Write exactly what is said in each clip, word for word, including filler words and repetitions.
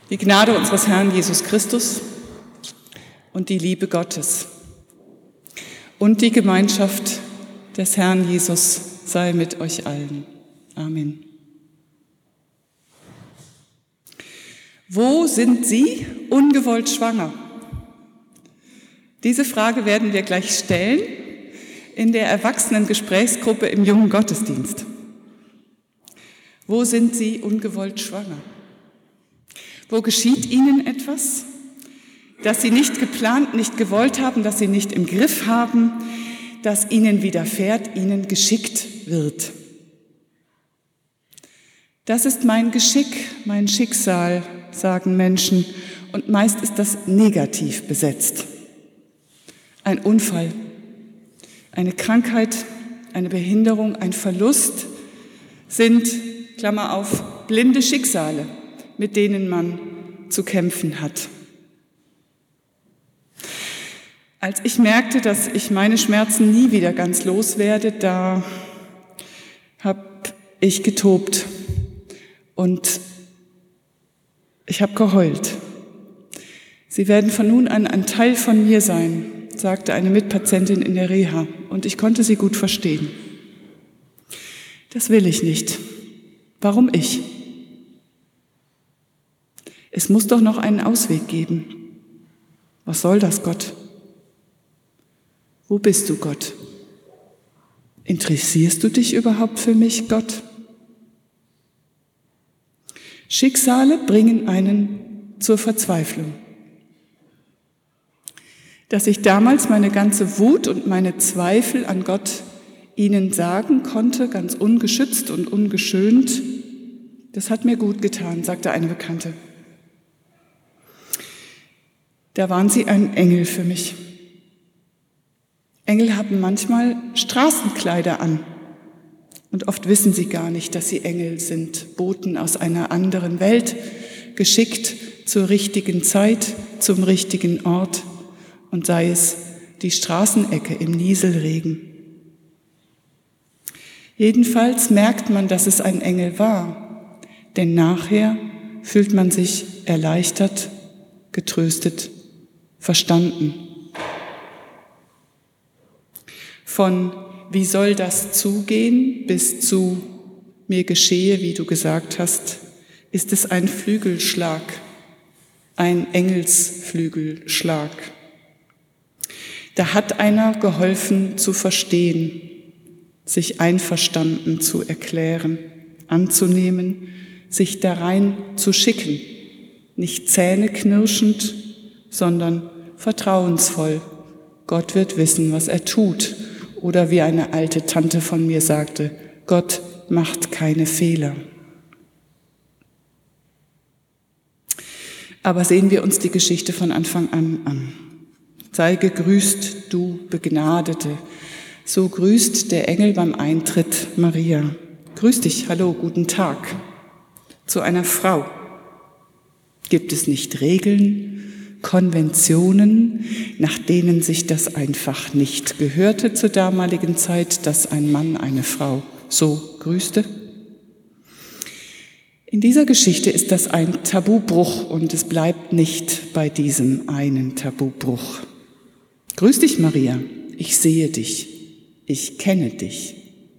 Die Gnade unseres Herrn Jesus Christus und die Liebe Gottes und die Gemeinschaft des Herrn Jesus sei mit euch allen. Amen. Wo sind Sie ungewollt schwanger? Diese Frage werden wir gleich stellen in der Erwachsenengesprächsgruppe im jungen Gottesdienst. Wo sind Sie ungewollt schwanger? Wo geschieht Ihnen etwas, das Sie nicht geplant, nicht gewollt haben, das Sie nicht im Griff haben, das Ihnen widerfährt, Ihnen geschickt wird? Das ist mein Geschick, mein Schicksal, sagen Menschen, und meist ist das negativ besetzt. Ein Unfall, eine Krankheit, eine Behinderung, ein Verlust sind, Klammer auf, blinde Schicksale, mit denen man zu kämpfen hat. Als ich merkte, dass ich meine Schmerzen nie wieder ganz loswerde, da habe ich getobt und ich habe geheult. Sie werden von nun an ein Teil von mir sein, sagte eine Mitpatientin in der Reha, und ich konnte sie gut verstehen. Das will ich nicht. Warum ich? Es muss doch noch einen Ausweg geben. Was soll das, Gott? Wo bist du, Gott? Interessierst du dich überhaupt für mich, Gott? Schicksale bringen einen zur Verzweiflung. Dass ich damals meine ganze Wut und meine Zweifel an Gott ihnen sagen konnte, ganz ungeschützt und ungeschönt, das hat mir gut getan, sagte eine Bekannte. Da waren sie ein Engel für mich. Engel haben manchmal Straßenkleider an und oft wissen sie gar nicht, dass sie Engel sind, Boten aus einer anderen Welt, geschickt zur richtigen Zeit, zum richtigen Ort, und sei es die Straßenecke im Nieselregen. Jedenfalls merkt man, dass es ein Engel war, denn nachher fühlt man sich erleichtert, getröstet, verstanden. Von wie soll das zugehen bis zu mir geschehe, wie du gesagt hast, ist es ein Flügelschlag, ein Engelsflügelschlag. Da hat einer geholfen zu verstehen, sich einverstanden zu erklären, anzunehmen, sich da rein zu schicken, nicht zähneknirschend, sondern vertrauensvoll. Gott wird wissen, was er tut. Oder wie eine alte Tante von mir sagte, Gott macht keine Fehler. Aber sehen wir uns die Geschichte von Anfang an an. Sei gegrüßt, du Begnadete. So grüßt der Engel beim Eintritt Maria. Grüß dich, hallo, guten Tag. Zu einer Frau. Gibt es nicht Regeln, Konventionen, nach denen sich das einfach nicht gehörte zur damaligen Zeit, dass ein Mann eine Frau so grüßte? In dieser Geschichte ist das ein Tabubruch und es bleibt nicht bei diesem einen Tabubruch. Grüß dich, Maria, ich sehe dich, ich kenne dich.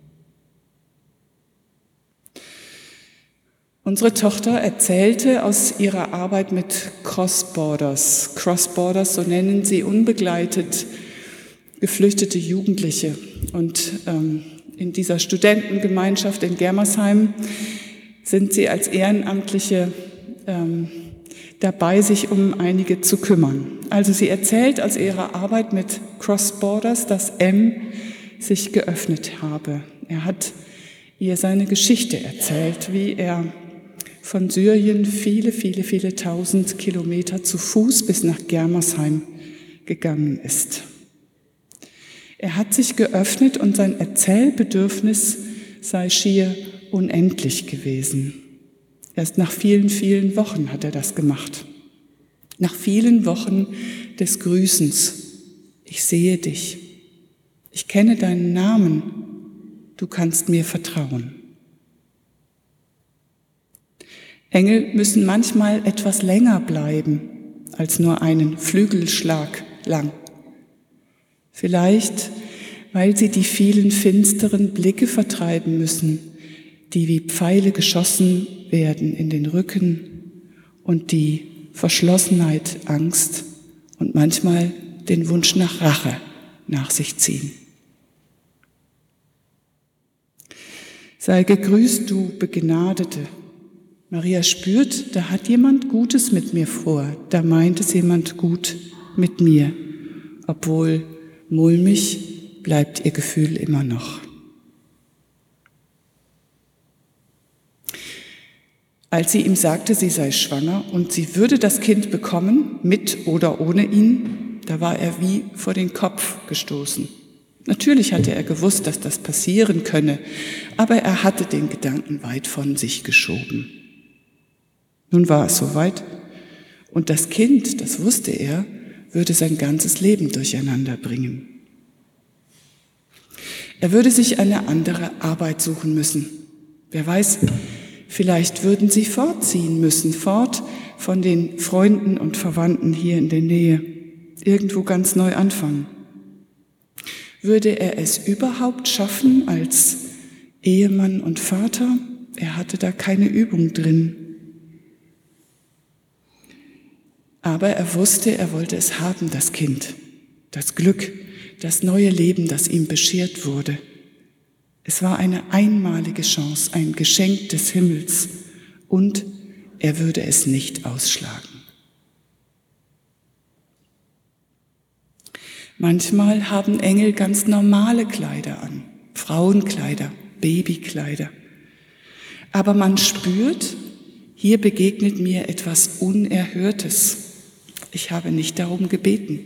Unsere Tochter erzählte aus ihrer Arbeit mit Crossborders. Crossborders, so nennen sie unbegleitet geflüchtete Jugendliche. Und ähm, in dieser Studentengemeinschaft in Germersheim sind sie als Ehrenamtliche ähm, dabei, sich um einige zu kümmern. Also sie erzählt aus ihrer Arbeit mit Crossborders, dass M sich geöffnet habe. Er hat ihr seine Geschichte erzählt, wie er von Syrien viele, viele, viele tausend Kilometer zu Fuß bis nach Germersheim gegangen ist. Er hat sich geöffnet und sein Erzählbedürfnis sei schier unendlich gewesen. Erst nach vielen, vielen Wochen hat er das gemacht. Nach vielen Wochen des Grüßens. Ich sehe dich. Ich kenne deinen Namen. Du kannst mir vertrauen. Engel müssen manchmal etwas länger bleiben als nur einen Flügelschlag lang. Vielleicht, weil sie die vielen finsteren Blicke vertreiben müssen, die wie Pfeile geschossen werden in den Rücken und die Verschlossenheit, Angst und manchmal den Wunsch nach Rache nach sich ziehen. Sei gegrüßt, du Begnadete. Maria spürt, da hat jemand Gutes mit mir vor, da meint es jemand gut mit mir, obwohl mulmig bleibt ihr Gefühl immer noch. Als sie ihm sagte, sie sei schwanger und sie würde das Kind bekommen, mit oder ohne ihn, da war er wie vor den Kopf gestoßen. Natürlich hatte er gewusst, dass das passieren könne, aber er hatte den Gedanken weit von sich geschoben. Nun war es soweit und das Kind, das wusste er, würde sein ganzes Leben durcheinander bringen. Er würde sich eine andere Arbeit suchen müssen. Wer weiß, vielleicht würden sie fortziehen müssen, fort von den Freunden und Verwandten hier in der Nähe, irgendwo ganz neu anfangen. Würde er es überhaupt schaffen als Ehemann und Vater? Er hatte da keine Übung drin. Aber er wusste, er wollte es haben, das Kind, das Glück, das neue Leben, das ihm beschert wurde. Es war eine einmalige Chance, ein Geschenk des Himmels und er würde es nicht ausschlagen. Manchmal haben Engel ganz normale Kleider an, Frauenkleider, Babykleider. Aber man spürt, hier begegnet mir etwas Unerhörtes. Ich habe nicht darum gebeten.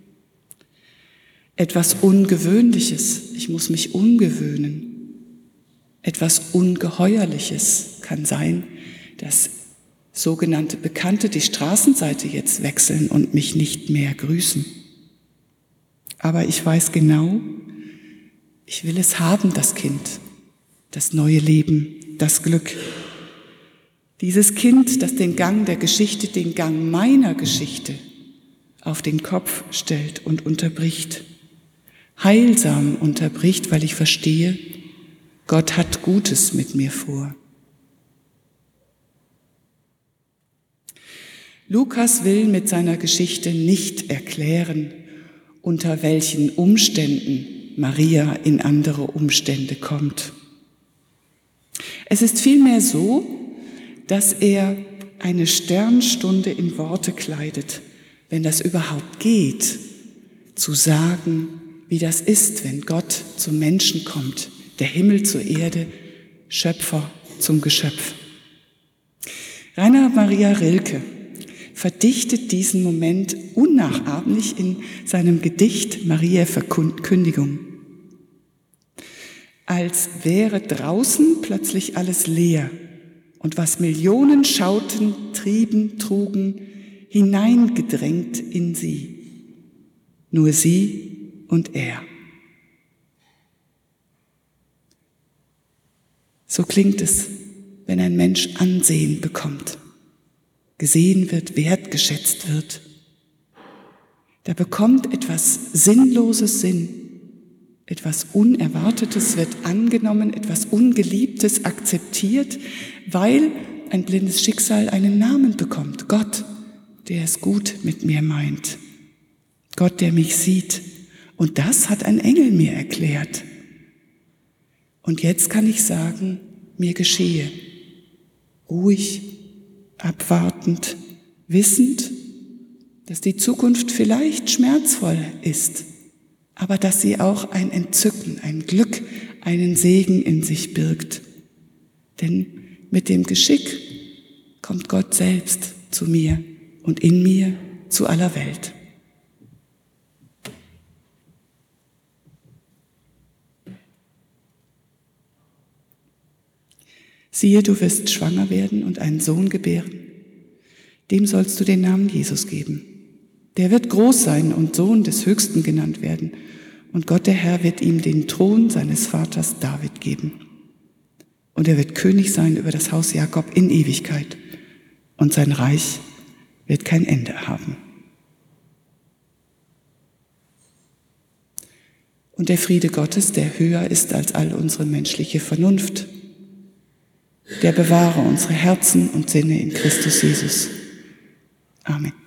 Etwas Ungewöhnliches, ich muss mich umgewöhnen. Etwas Ungeheuerliches kann sein, dass sogenannte Bekannte die Straßenseite jetzt wechseln und mich nicht mehr grüßen. Aber ich weiß genau, ich will es haben, das Kind, das neue Leben, das Glück. Dieses Kind, das den Gang der Geschichte, den Gang meiner Geschichte auf den Kopf stellt und unterbricht. Heilsam unterbricht, weil ich verstehe, Gott hat Gutes mit mir vor. Lukas will mit seiner Geschichte nicht erklären, unter welchen Umständen Maria in andere Umstände kommt. Es ist vielmehr so, dass er eine Sternstunde in Worte kleidet, wenn das überhaupt geht, zu sagen, wie das ist, wenn Gott zum Menschen kommt, der Himmel zur Erde, Schöpfer zum Geschöpf. Rainer Maria Rilke verdichtet diesen Moment unnachahmlich in seinem Gedicht Mariä Verkündigung. Als wäre draußen plötzlich alles leer und was Millionen schauten, trieben, trugen, hineingedrängt in sie. Nur sie und er. So klingt es, wenn ein Mensch Ansehen bekommt, gesehen wird, wertgeschätzt wird. Da bekommt etwas Sinnloses Sinn, etwas Unerwartetes wird angenommen, etwas Ungeliebtes akzeptiert, weil ein blindes Schicksal einen Namen bekommt. Gott, der es gut mit mir meint. Gott, der mich sieht. Und das hat ein Engel mir erklärt. Und jetzt kann ich sagen, mir geschehe. Ruhig, abwartend, wissend, dass die Zukunft vielleicht schmerzvoll ist, aber dass sie auch ein Entzücken, ein Glück, einen Segen in sich birgt. Denn mit dem Geschick kommt Gott selbst zu mir und in mir zu aller Welt. Siehe, du wirst schwanger werden und einen Sohn gebären. Dem sollst du den Namen Jesus geben. Der wird groß sein und Sohn des Höchsten genannt werden. Und Gott, der Herr, wird ihm den Thron seines Vaters David geben. Und er wird König sein über das Haus Jakob in Ewigkeit. und sein Reich wird kein Ende haben. Und der Friede Gottes, der höher ist als all unsere menschliche Vernunft, der bewahre unsere Herzen und Sinne in Christus Jesus. Amen.